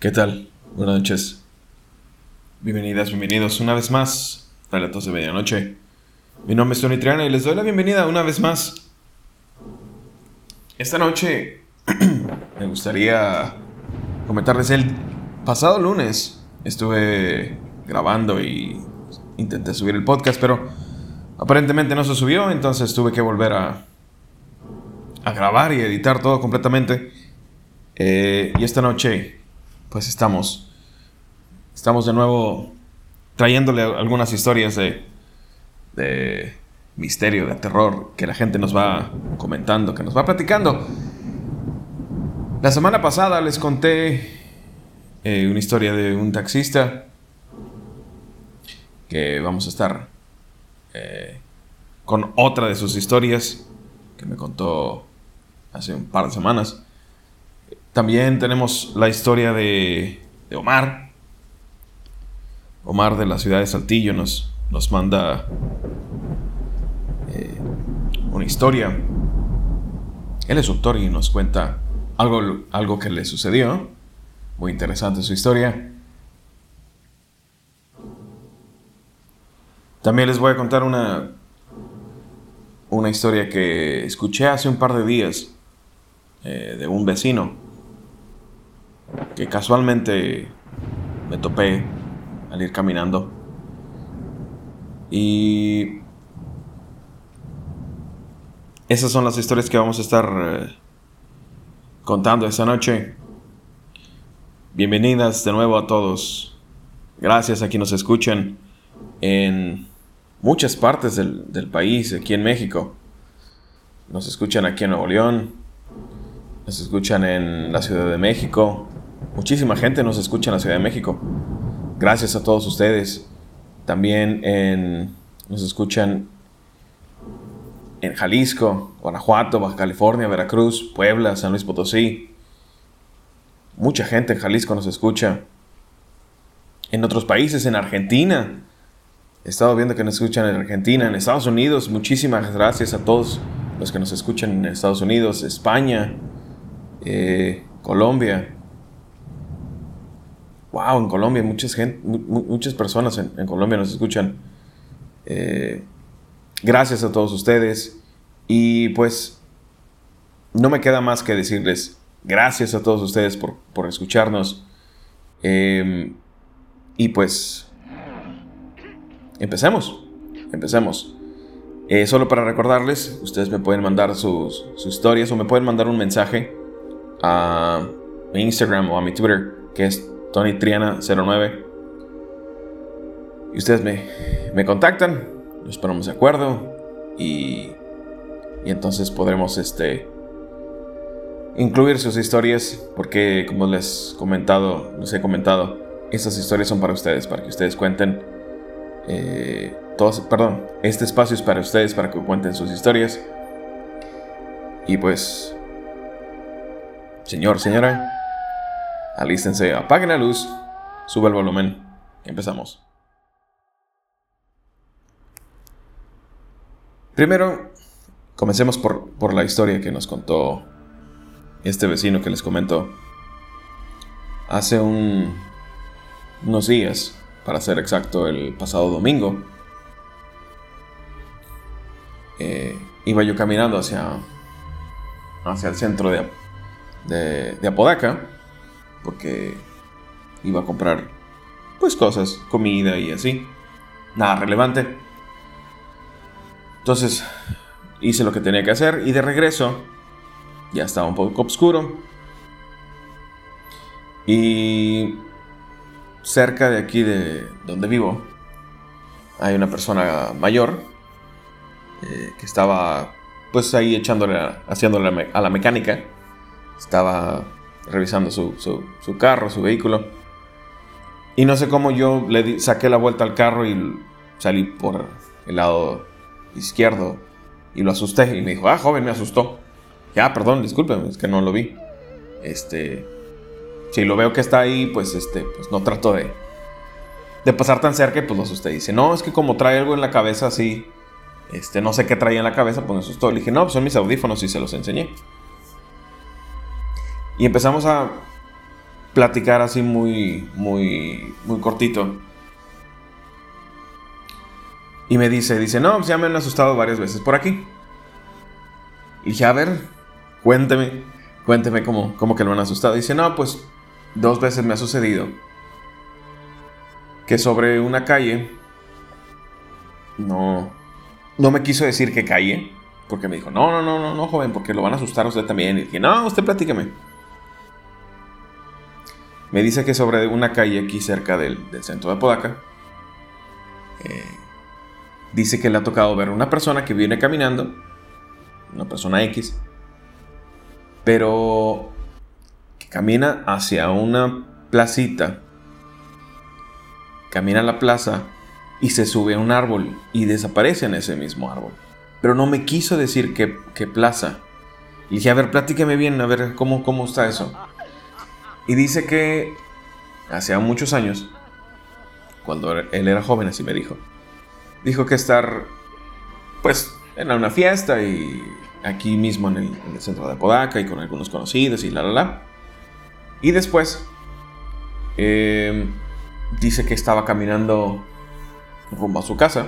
¿Qué tal? Buenas noches. Bienvenidas, bienvenidos una vez más a Relatos de Medianoche. Mi nombre es Tony Triana y les doy la bienvenida una vez más. Esta noche me gustaría comentarles el pasado lunes estuve grabando y intenté subir el podcast, pero aparentemente no se subió, entonces tuve que volver a grabar y editar todo completamente. Y esta noche pues estamos de nuevo trayéndole algunas historias de misterio, de terror, que la gente nos va comentando, que nos va platicando. La semana pasada les conté una historia de un taxista, que vamos a estar con otra de sus historias que me contó hace un par de semanas. También tenemos la historia de Omar. Omar de la ciudad de Saltillo nos manda una historia. Él es doctor y nos cuenta algo que le sucedió. Muy interesante su historia. También les voy a contar una historia que escuché hace un par de días de un vecino que casualmente me topé al ir caminando. Y esas son las historias que vamos a estar contando esta noche. Bienvenidas de nuevo a todos. Gracias a quienes nos escuchan en muchas partes del país, aquí en México. Nos escuchan aquí en Nuevo León, nos escuchan en la Ciudad de México. Muchísima gente nos escucha en la Ciudad de México. Gracias a todos ustedes. También nos escuchan en Jalisco, Guanajuato, Baja California, Veracruz, Puebla, San Luis Potosí. Mucha gente en Jalisco nos escucha. En otros países, en Argentina. He estado viendo que nos escuchan en Argentina, en Estados Unidos. Muchísimas gracias a todos los que nos escuchan en Estados Unidos, España, Colombia. Wow, en Colombia muchas personas en Colombia nos escuchan. Gracias a todos ustedes. Y pues no me queda más que decirles gracias a todos ustedes por escucharnos. Y pues empecemos. Solo para recordarles, ustedes me pueden mandar sus historias o me pueden mandar un mensaje a mi Instagram o a mi Twitter, que es TonyTriana09. Y ustedes me contactan, nos ponemos de acuerdo y entonces podremos incluir sus historias, porque como les he comentado, estas historias son para ustedes, para que ustedes cuenten este espacio es para ustedes, para que cuenten sus historias. Y pues, señor, señora, alístense, apaguen la luz, sube el volumen, empezamos. Primero, comencemos por la historia que nos contó este vecino que les comento hace unos días, para ser exacto, el pasado domingo. Iba yo caminando hacia el centro de Apodaca, porque iba a comprar pues cosas, comida y así, nada relevante. Entonces hice lo que tenía que hacer y de regreso ya estaba un poco oscuro. Y cerca de aquí de donde vivo hay una persona mayor que estaba pues ahí haciéndole a la mecánica. Estaba revisando su carro, su vehículo. Y no sé cómo yo saqué la vuelta al carro y salí por el lado izquierdo y lo asusté. Y me dijo, joven, me asustó. Ya, perdón, discúlpeme, es que no lo vi. Si lo veo que está ahí, pues no trato de pasar tan cerca y pues lo asusté. Dice, no, es que como trae algo en la cabeza así, no sé qué traía en la cabeza, pues me asustó. Le dije, no, pues son mis audífonos y se los enseñé. Y empezamos a platicar así muy, muy, muy cortito. Y me dice, no, pues ya me han asustado varias veces por aquí. Y dije, a ver, cuénteme cómo que lo han asustado. Dice, no, pues 2 veces me ha sucedido que sobre una calle, no me quiso decir qué calle, porque me dijo, no, joven, porque lo van a asustar a usted también. Y dije, no, usted platíqueme. Me dice que sobre una calle aquí cerca del centro de Apodaca, dice que le ha tocado ver a una persona que viene caminando, una persona X, pero que camina hacia una placita, camina a la plaza y se sube a un árbol y desaparece en ese mismo árbol. Pero no me quiso decir qué plaza. Y dije, a ver, platíqueme bien, a ver cómo está eso. Y dice que hace muchos años, cuando él era joven, así me dijo que estar, pues, en una fiesta y aquí mismo en el centro de Apodaca y con algunos conocidos y la. Y después dice que estaba caminando rumbo a su casa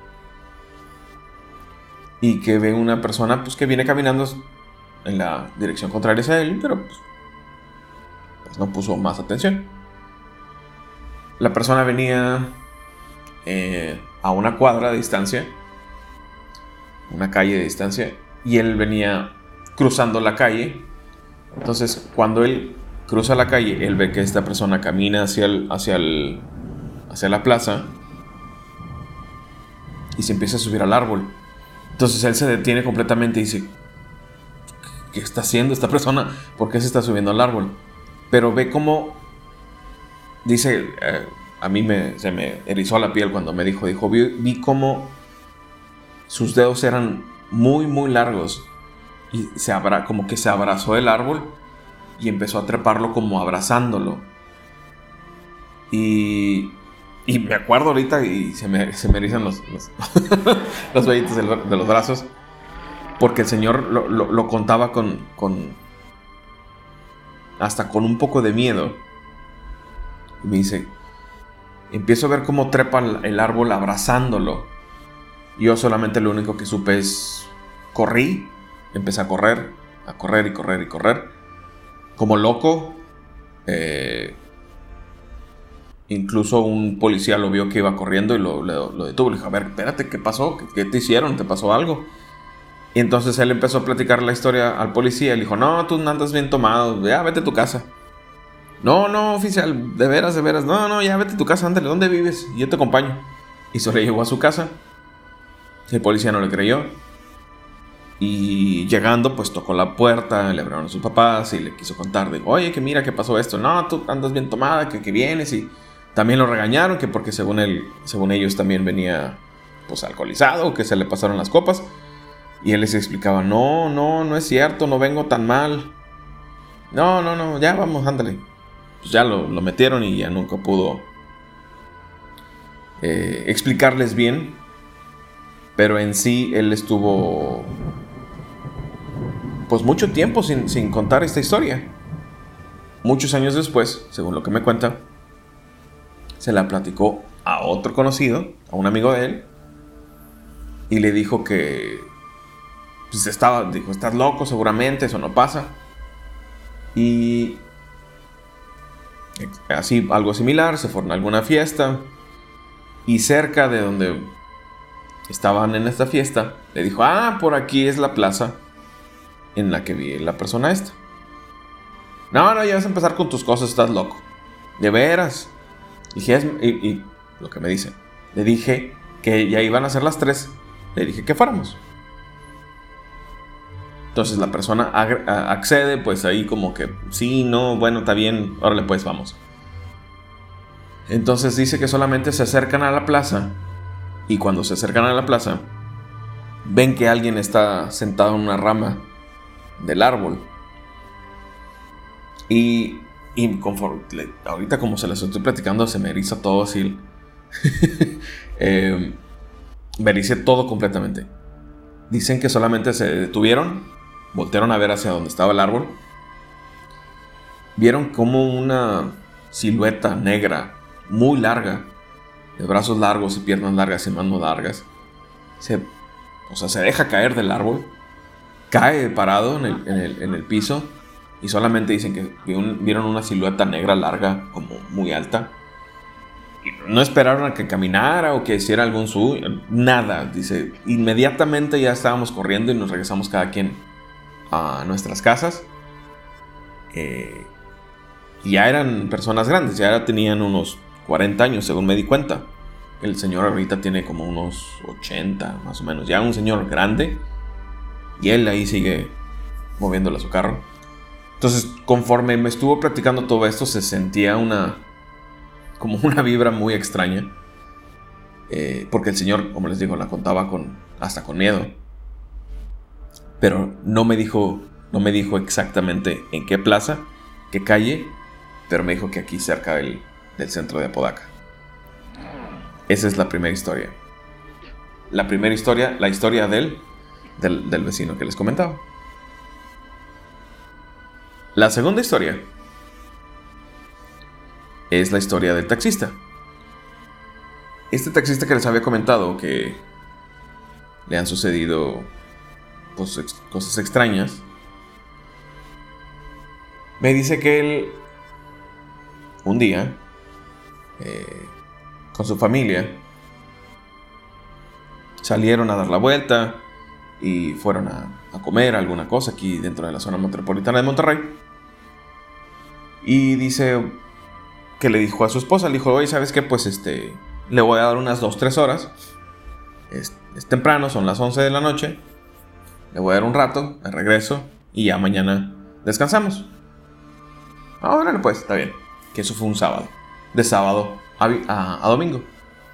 y que ve una persona, pues, que viene caminando en la dirección contraria a él, pero pues no puso más atención. La persona venía a una cuadra de distancia, una calle de distancia, y él venía cruzando la calle. Entonces, cuando él cruza la calle, él ve que esta persona camina hacia la plaza y se empieza a subir al árbol. Entonces él se detiene completamente y dice, ¿qué está haciendo esta persona? ¿Por qué se está subiendo al árbol? Pero ve cómo, dice, a mí se me erizó la piel cuando me dijo, vi cómo sus dedos eran muy, muy largos y como que se abrazó del árbol y empezó a treparlo como abrazándolo. Y me acuerdo ahorita y se me erizan los vellitos de los brazos, porque el Señor lo contaba hasta con un poco de miedo. Y me dice, empiezo a ver cómo trepa el árbol abrazándolo. Yo solamente lo único que supe es corrí, empecé a correr y correr como loco. Incluso un policía lo vio que iba corriendo y lo detuvo. Le dijo, a ver, espérate, ¿qué pasó? ¿Qué te hicieron? ¿Te pasó algo? Y entonces él empezó a platicar la historia al policía. Le dijo, no, tú no andas bien tomado, ya vete a tu casa. No, oficial, de veras, no, ya vete a tu casa, ándale, ¿dónde vives? Y yo te acompaño. Y se le llevó a su casa. El policía no le creyó. Y llegando, pues tocó la puerta, le abrieron a sus papás y le quiso contar. Digo, oye, que mira, ¿qué pasó esto? No, tú andas bien tomada, que vienes. Y también lo regañaron, que porque según ellos también venía, pues, alcoholizado, que se le pasaron las copas. Y él les explicaba, no es cierto, no vengo tan mal. No, ya vamos, ándale. Pues ya lo metieron y ya nunca pudo explicarles bien. Pero en sí él estuvo, pues, mucho tiempo sin contar esta historia. Muchos años después, según lo que me cuenta, se la platicó a otro conocido, a un amigo de él, y le dijo que, pues, dijo, estás loco, seguramente eso no pasa. Y así, algo similar, se fueron a alguna fiesta y cerca de donde estaban en esta fiesta, le dijo, por aquí es la plaza en la que vi la persona esta. No, ya vas a empezar con tus cosas, estás loco. ¿De veras? Dije, y lo que me dice, le dije que ya iban a ser las 3. Le dije que fuéramos. Entonces la persona accede, pues ahí como que, sí, no, bueno, está bien, órale, pues vamos. Entonces dice que solamente se acercan a la plaza. Y cuando se acercan a la plaza, ven que alguien está sentado en una rama del árbol. Y conforme, ahorita como se les estoy platicando, se me eriza todo así. Me ericé todo completamente. Dicen que solamente se detuvieron, voltearon a ver hacia donde estaba el árbol. vieron como una silueta negra muy larga, de brazos largos y piernas largas y manos largas, se deja caer del árbol, cae parado en el piso, y solamente dicen que vieron una silueta negra larga, como muy alta. Y no esperaron a que caminara o que hiciera algún nada. Dice, inmediatamente ya estábamos corriendo y nos regresamos cada quien a nuestras casas. Y ya eran personas grandes, ya tenían unos 40 años, según me di cuenta. El señor ahorita tiene como unos 80, más o menos. Ya un señor grande. Y él ahí sigue moviéndole a su carro. Entonces, conforme me estuvo platicando todo esto, se sentía como una vibra muy extraña. Porque el señor, como les digo, la contaba hasta con miedo. Pero no me dijo exactamente en qué plaza, qué calle, pero me dijo que aquí cerca del centro de Apodaca. Esa es la primera historia. La primera historia, la historia del vecino que les comentaba. La segunda historia es la historia del taxista. Este taxista que les había comentado que le han sucedido cosas extrañas, me dice que él un día con su familia salieron a dar la vuelta y fueron a comer alguna cosa aquí dentro de la zona metropolitana de Monterrey. Y dice que le dijo a su esposa, le dijo, oye, ¿sabes qué? Pues le voy a dar unas 2-3 horas. Es temprano, son las 11 de la noche. Le voy a dar un rato, me regreso y ya mañana descansamos. Ahora pues, está bien. Que eso fue un sábado. De sábado a domingo.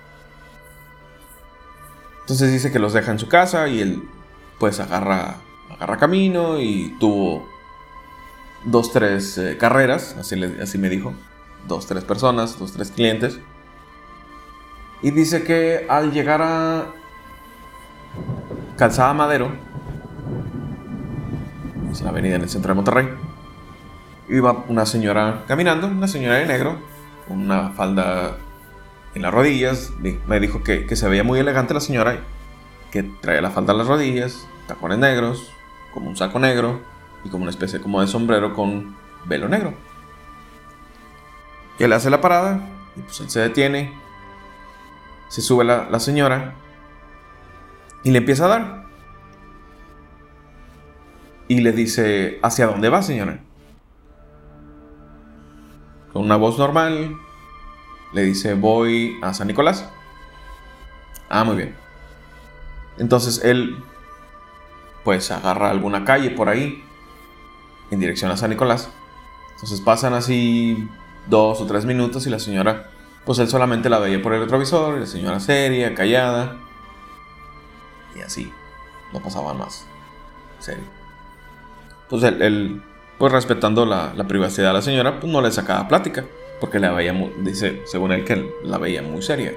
Entonces dice que los deja en su casa y él pues agarra camino y tuvo 2-3 carreras, así me dijo. 2-3 personas, 2-3 clientes. Y dice que al llegar a Calzada Madero, es la avenida en el centro de Monterrey, iba una señora caminando, una señora de negro, con una falda en las rodillas. Me dijo que se veía muy elegante la señora, que traía la falda en las rodillas, tacones negros, como un saco negro y como una especie como de sombrero con velo negro. Y él hace la parada y pues él se detiene, se sube la señora y le empieza a dar. Y le dice, ¿hacia dónde va, señora? Con una voz normal le dice, voy a San Nicolás. Ah, muy bien. Entonces él pues agarra alguna calle por ahí en dirección a San Nicolás. Entonces pasan así 2 o 3 minutos y la señora, pues él solamente la veía por el retrovisor, y la señora seria, callada, y así, no pasaban más. Serio. Pues él pues respetando la privacidad de la señora, pues no le sacaba plática, porque la veía dice, según él, que la veía muy seria.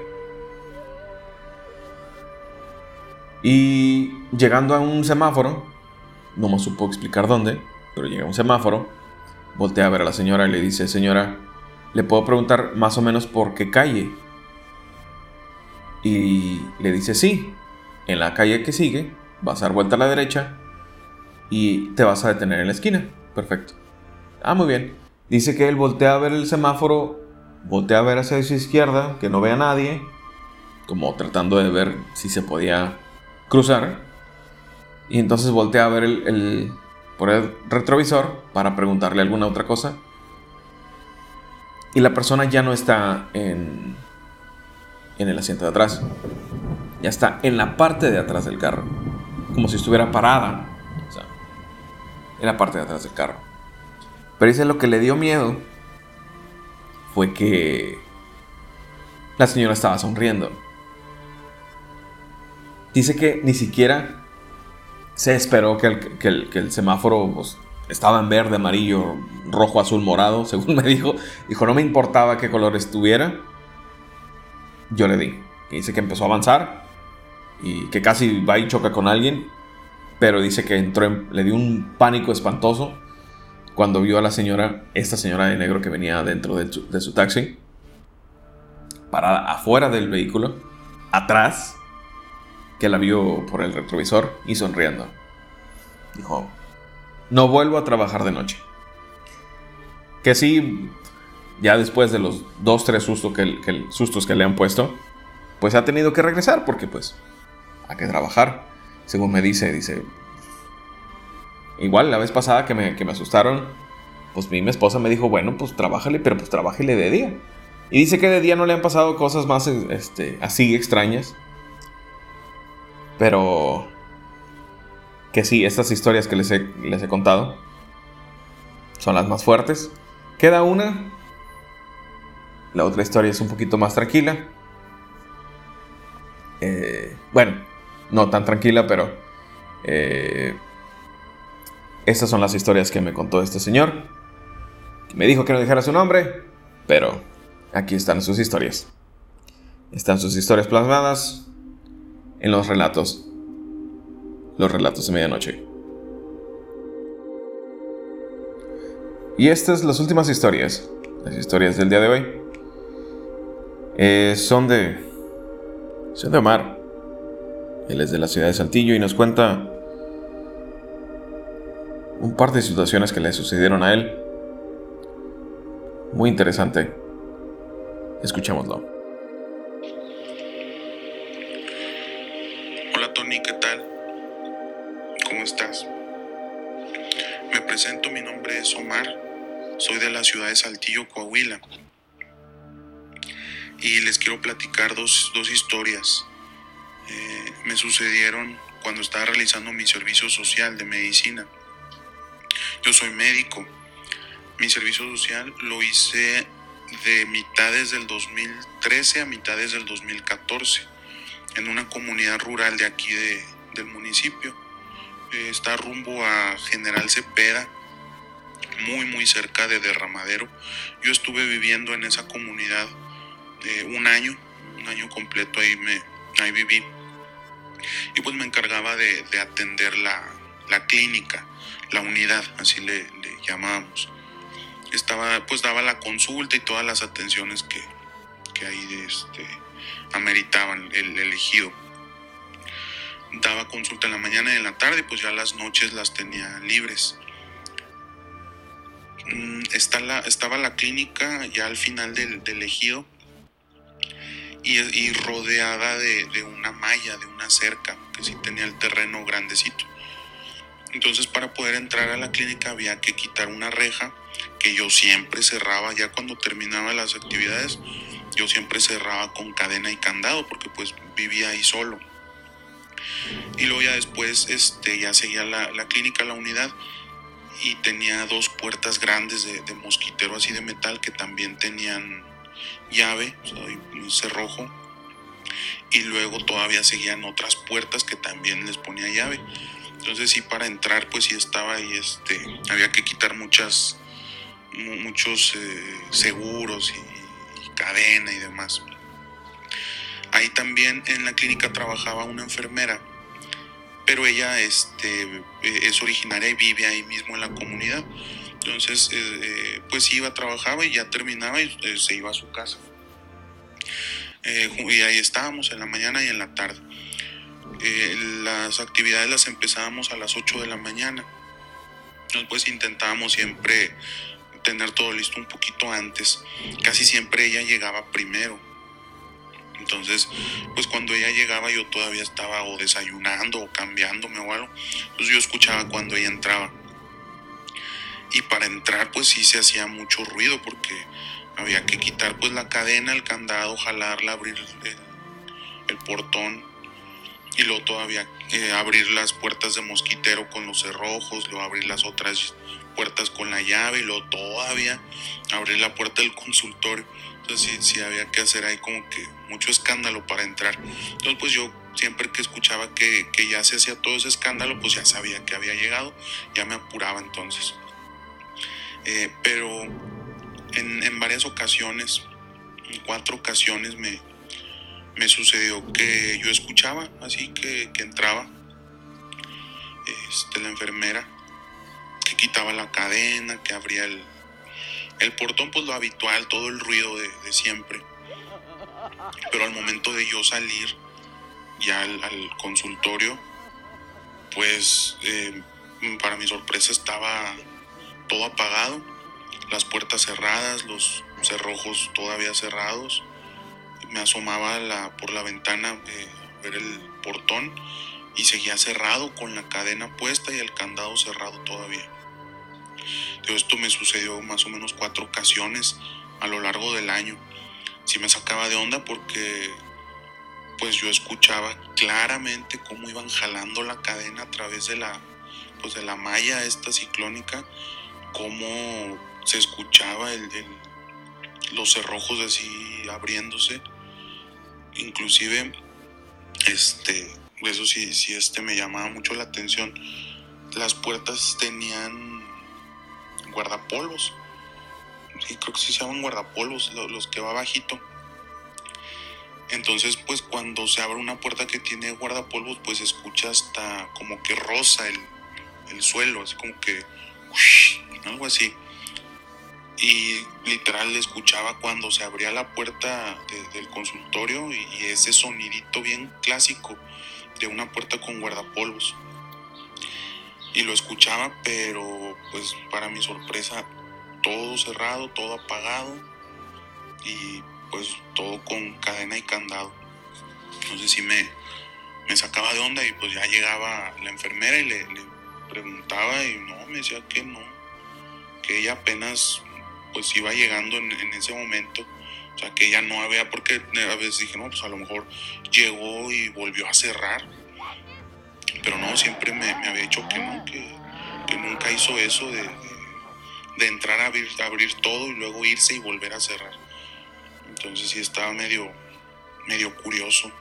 Y llegando a un semáforo, no me supo explicar dónde, pero llega a un semáforo, voltea a ver a la señora y le dice, señora, ¿le puedo preguntar más o menos por qué calle? Y le dice, sí, en la calle que sigue, vas a dar vuelta a la derecha y te vas a detener en la esquina. Perfecto. Ah, muy bien. Dice que él voltea a ver el semáforo, voltea a ver hacia su izquierda, que no vea a nadie, como tratando de ver si se podía cruzar. Y entonces voltea a ver por el retrovisor para preguntarle alguna otra cosa. Y la persona ya no está en el asiento de atrás. Ya está en la parte de atrás del carro. Como si estuviera parada. O sea, en la parte de atrás del carro. Pero dice lo que le dio miedo fue que la señora estaba sonriendo. Dice que ni siquiera se esperó que el semáforo pues, estaba en verde, amarillo, rojo, azul, morado, según me dijo. Dijo, no me importaba qué color estuviera. Yo le di. Y dice que empezó a avanzar y que casi va y choca con alguien. Pero dice que le dio un pánico espantoso cuando vio a esta señora de negro que venía dentro de su taxi, parada afuera del vehículo, atrás, que la vio por el retrovisor y sonriendo. Dijo, no vuelvo a trabajar de noche. Que sí, ya después de los 2-3 sustos que le han puesto, pues ha tenido que regresar porque pues hay que trabajar. Según me dice, igual la vez pasada que me asustaron, pues mi esposa me dijo, bueno, pues trabájale, pero pues trabájale de día. Y dice que de día no le han pasado cosas más así extrañas. Pero que sí, estas historias que les he contado son las más fuertes. Queda una. La otra historia es un poquito más tranquila. Bueno, no tan tranquila, pero estas son las historias que me contó este señor. Me dijo que no dijera su nombre, pero aquí están sus historias. Están sus historias plasmadas en los relatos de medianoche. Y estas son las últimas historias. Las historias del día de hoy son de Omar. Él es de la ciudad de Saltillo y nos cuenta un par de situaciones que le sucedieron a él. Muy interesante. Escuchémoslo. Hola Tony, ¿qué tal? ¿Cómo estás? Me presento, mi nombre es Omar, soy de la ciudad de Saltillo, Coahuila. Y les quiero platicar dos historias. Me sucedieron cuando estaba realizando mi servicio social de medicina. Yo soy médico. Mi servicio social lo hice de mitades del 2013 a mitades del 2014 en una comunidad rural de aquí del municipio. Está rumbo a General Cepeda, muy cerca de Derramadero. Yo estuve viviendo en esa comunidad un año completo, ahí viví. Y pues me encargaba de atender la clínica, la unidad, así le llamábamos. Daba la consulta y todas las atenciones que ahí ameritaban el elegido. Daba consulta en la mañana y en la tarde, y pues ya las noches las tenía libres. Estaba la clínica ya al final del ejido y rodeada de una malla, de una cerca, que sí tenía el terreno grandecito. Entonces, para poder entrar a la clínica había que quitar una reja que yo siempre cerraba. Ya cuando terminaba las actividades, yo siempre cerraba con cadena y candado porque pues vivía ahí solo. Y luego ya después ya seguía la clínica, la unidad, y tenía 2 puertas grandes de mosquitero así de metal que también tenían llave, o sea, un cerrojo. Y luego todavía seguían otras puertas que también les ponía llave. Entonces sí, para entrar pues sí estaba ahí, había que quitar muchos seguros y cadena y demás. Ahí también en la clínica trabajaba una enfermera, pero ella es originaria y vive ahí mismo en la comunidad. Entonces pues iba, trabajaba y ya terminaba y se iba a su casa. Y ahí estábamos en la mañana y en la tarde. Las actividades las empezábamos a las 8 de la mañana. Entonces pues intentábamos siempre tener todo listo un poquito antes. Casi siempre ella llegaba primero. Entonces pues cuando ella llegaba yo todavía estaba o desayunando o cambiándome o algo. Entonces yo escuchaba cuando ella entraba. Y para entrar pues sí se hacía mucho ruido porque había que quitar pues la cadena, el candado, jalarla, abrir el portón. Y luego todavía abrir las puertas de mosquitero con los cerrojos, luego abrir las otras puertas con la llave y luego todavía abrir la puerta del consultorio. Entonces sí había que hacer ahí como que mucho escándalo para entrar. Entonces pues yo siempre que escuchaba que ya se hacía todo ese escándalo, pues ya sabía que había llegado, ya me apuraba entonces. Pero en varias ocasiones, en 4 ocasiones me sucedió que yo escuchaba así que entraba la enfermera, que quitaba la cadena, que abría el portón, pues lo habitual, todo el ruido de siempre. Pero al momento de yo salir ya al consultorio, pues para mi sorpresa estaba todo apagado, las puertas cerradas, los cerrojos todavía cerrados. Me asomaba por la ventana a ver el portón y seguía cerrado con la cadena puesta y el candado cerrado todavía. Esto me sucedió más o menos 4 ocasiones a lo largo del año. Sí me sacaba de onda porque pues yo escuchaba claramente cómo iban jalando la cadena a través de la malla esta ciclónica, cómo se escuchaba los cerrojos así abriéndose. Inclusive eso sí me llamaba mucho la atención. Las puertas tenían guardapolvos. Sí, creo que sí se llaman guardapolvos, los que va bajito. Entonces, pues cuando se abre una puerta que tiene guardapolvos, pues se escucha hasta como que roza el suelo, así como que algo así. Y literal escuchaba cuando se abría la puerta del consultorio y ese sonidito bien clásico de una puerta con guardapolvos. Y lo escuchaba, pero pues para mi sorpresa todo cerrado, todo apagado y pues todo con cadena y candado. Entonces sí me sacaba de onda y pues ya llegaba la enfermera y le preguntaba y no, me decía que no, que ella apenas pues iba llegando en ese momento. O sea, que ella no había, porque a veces dije, no, pues a lo mejor llegó y volvió a cerrar. Pero no, siempre me había dicho que no, que nunca hizo eso de entrar a abrir todo y luego irse y volver a cerrar. Entonces sí estaba medio curioso.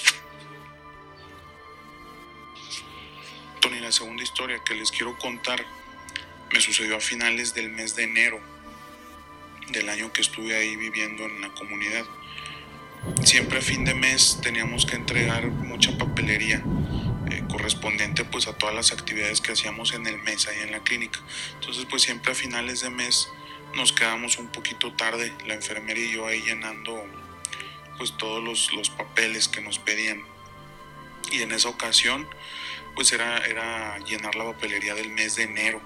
Tony, la segunda historia que les quiero contar me sucedió a finales del mes de enero del año que estuve ahí viviendo en la comunidad. Siempre a fin de mes teníamos que entregar mucha papelería correspondiente pues a todas las actividades que hacíamos en el mes ahí en la clínica. Entonces pues siempre a finales de mes nos quedamos un poquito tarde, la enfermera y yo ahí llenando pues todos los papeles que nos pedían. Y en esa ocasión pues era llenar la papelería del mes de enero.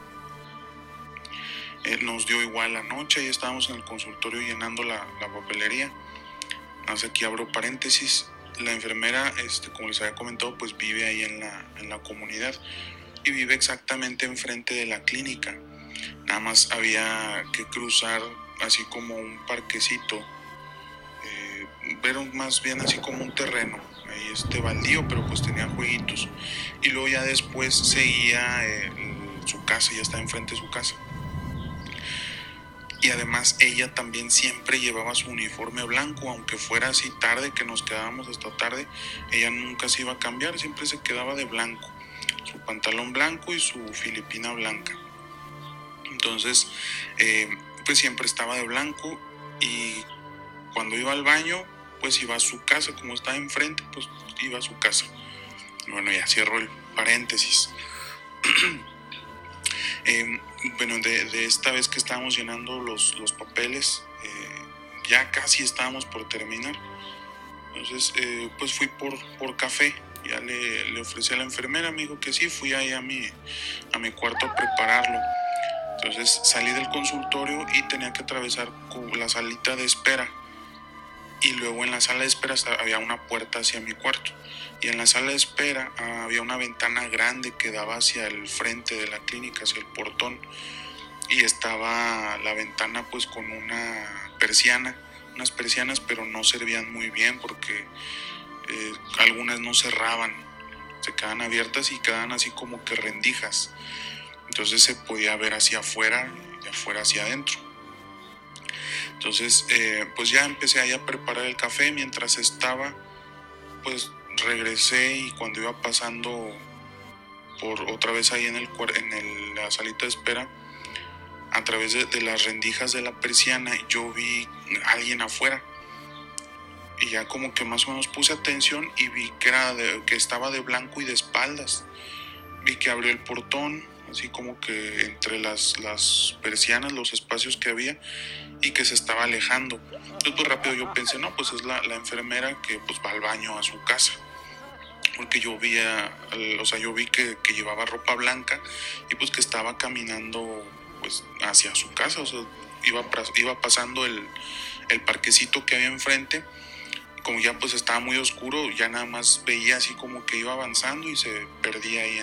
Nos dio igual la noche y estábamos en el consultorio llenando la papelería. Hasta aquí abro paréntesis. La enfermera, como les había comentado, pues vive ahí en la comunidad y vive exactamente enfrente de la clínica. Nada más había que cruzar así como un parquecito, pero más bien así como un terreno, ahí baldío, pero pues tenía jueguitos. Y luego ya después seguía su casa, ya está enfrente de su casa. Y además ella también siempre llevaba su uniforme blanco, aunque fuera así tarde, que nos quedábamos hasta tarde, ella nunca se iba a cambiar, siempre se quedaba de blanco, su pantalón blanco y su filipina blanca. Entonces, pues siempre estaba de blanco y cuando iba al baño, pues iba a su casa, como estaba enfrente, pues iba a su casa. Bueno, ya cierro el paréntesis. Bueno, de esta vez que estábamos llenando los papeles, ya casi estábamos por terminar. Entonces, pues fui por café. Ya le ofrecí a la enfermera, me dijo que sí. Fui ahí a mi cuarto a prepararlo. Entonces salí del consultorio y tenía que atravesar la salita de espera. Y luego en la sala de espera había una puerta hacia mi cuarto. Y en la sala de espera había una ventana grande que daba hacia el frente de la clínica, hacia el portón. Y estaba la ventana pues con unas persianas, pero no servían muy bien porque algunas no cerraban, se quedaban abiertas y quedaban así como que rendijas. Entonces se podía ver hacia afuera y de afuera hacia adentro. Entonces pues ya empecé ahí a preparar el café. Mientras estaba, pues regresé y cuando iba pasando por otra vez ahí en la salita de espera, a través de las rendijas de la persiana, yo vi a alguien afuera. Y ya como que más o menos puse atención y vi que estaba de blanco y de espaldas. Vi que abrió el portón, así como que entre las persianas, los espacios que había, y que se estaba alejando. Entonces pues rápido yo pensé, no, pues es la enfermera que pues va al baño a su casa, porque yo vi que llevaba ropa blanca y pues que estaba caminando pues hacia su casa, o sea, iba pasando el parquecito que había enfrente. Como ya pues estaba muy oscuro, ya nada más veía así como que iba avanzando y se perdía ahí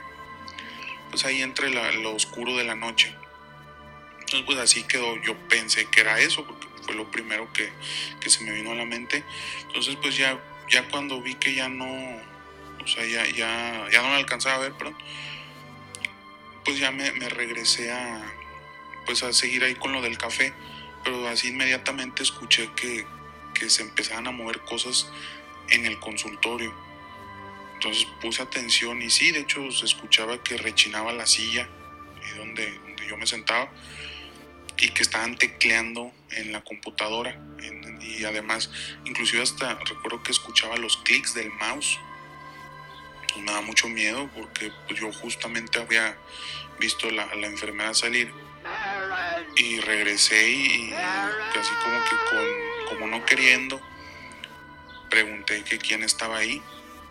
entre lo oscuro de la noche. Entonces pues así quedó, yo pensé que era eso, porque fue lo primero que se me vino a la mente. Entonces pues ya cuando vi que ya no, o sea, ya no la alcanzaba a ver, perdón, pues ya me regresé a seguir ahí con lo del café, pero así inmediatamente escuché que se empezaban a mover cosas en el consultorio. Entonces puse atención y sí, de hecho se escuchaba que rechinaba la silla donde yo me sentaba y que estaban tecleando en la computadora, y además inclusive hasta recuerdo que escuchaba los clics del mouse. Pues me da mucho miedo porque pues yo justamente había visto a la enfermera salir y regresé y así como que como no queriendo pregunté que quién estaba ahí.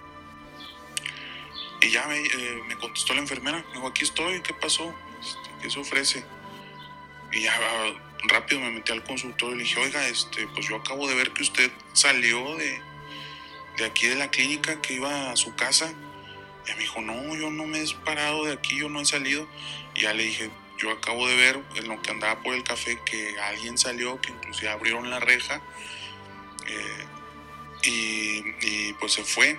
Y ya me contestó la enfermera, me dijo, aquí estoy, ¿qué pasó? ¿Qué se ofrece? Y ya rápido me metí al consultorio y le dije, oiga, pues yo acabo de ver que usted salió de aquí de la clínica, que iba a su casa. Y me dijo, no, yo no me he parado de aquí, yo no he salido. Y ya le dije, yo acabo de ver en lo que andaba por el café que alguien salió, que inclusive abrieron la reja, y pues se fue.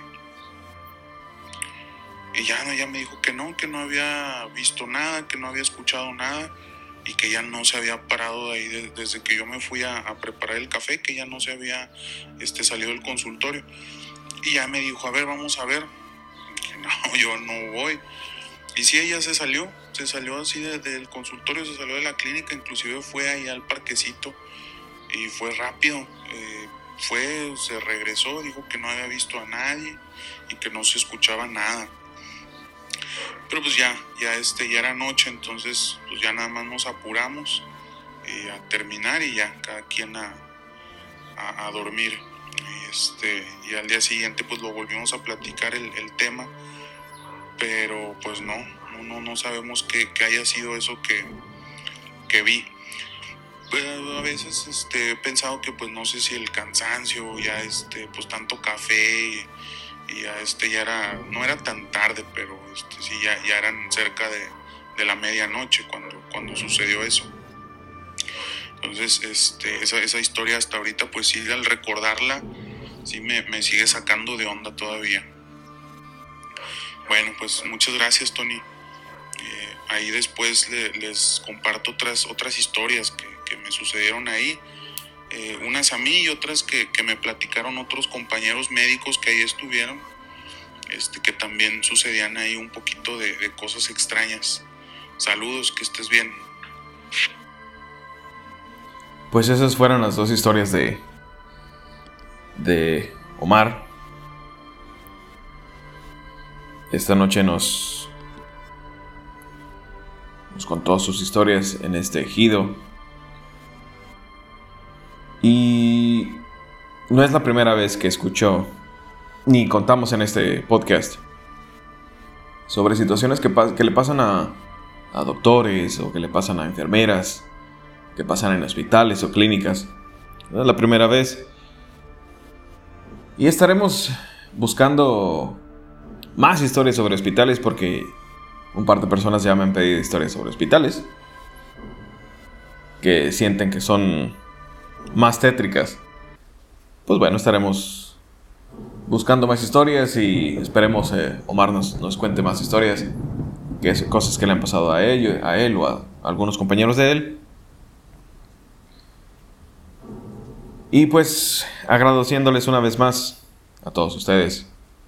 Y ya me dijo que no había visto nada, que no había escuchado nada, y que ya no se había parado de ahí desde que yo me fui a preparar el café, que ya no se había salido del consultorio. Y ya me dijo, a ver, vamos a ver. Y dije, no, yo no voy. Y sí, ella se salió así del consultorio, se salió de la clínica, inclusive fue ahí al parquecito y fue rápido. Se regresó, dijo que no había visto a nadie y que no se escuchaba nada. Pero pues ya era noche, entonces pues ya nada más nos apuramos a terminar y ya cada quien a dormir. Y al día siguiente pues lo volvimos a platicar el tema, pero pues no sabemos qué haya sido eso que vi. Pero a veces he pensado que pues no sé si el cansancio, ya pues tanto café y ya no era tan tarde, pero sí ya eran cerca de la medianoche cuando sucedió eso. Entonces esa historia hasta ahorita pues sí, al recordarla sí me sigue sacando de onda todavía. Bueno, pues muchas gracias, Tony. Ahí después les comparto otras historias que me sucedieron ahí, unas a mí y otras que me platicaron otros compañeros médicos que ahí estuvieron, que también sucedían ahí un poquito de cosas extrañas. Saludos, que estés bien. Pues esas fueron las dos historias de Omar. Esta noche nos contó sus historias en este ejido. Y no es la primera vez que escucho ni contamos en este podcast sobre situaciones que le pasan a doctores o que le pasan a enfermeras, que pasan en hospitales o clínicas. No es la primera vez. Y estaremos buscando más historias sobre hospitales porque un par de personas ya me han pedido historias sobre hospitales que sienten que son más tétricas. Pues bueno, estaremos buscando más historias y esperemos Omar nos cuente más historias, cosas que le han pasado a él o a algunos compañeros de él. Y pues agradeciéndoles una vez más a todos ustedes.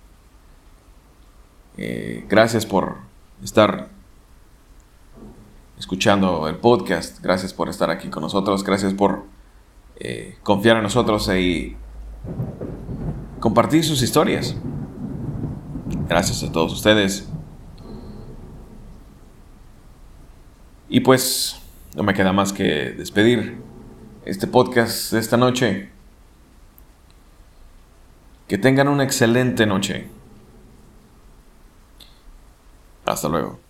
Gracias por estar escuchando el podcast. Gracias por estar aquí con nosotros. Gracias por confiar en nosotros y compartir sus historias. Gracias a todos ustedes. Y pues no me queda más que despedir este podcast de esta noche. Que tengan una excelente noche. Hasta luego.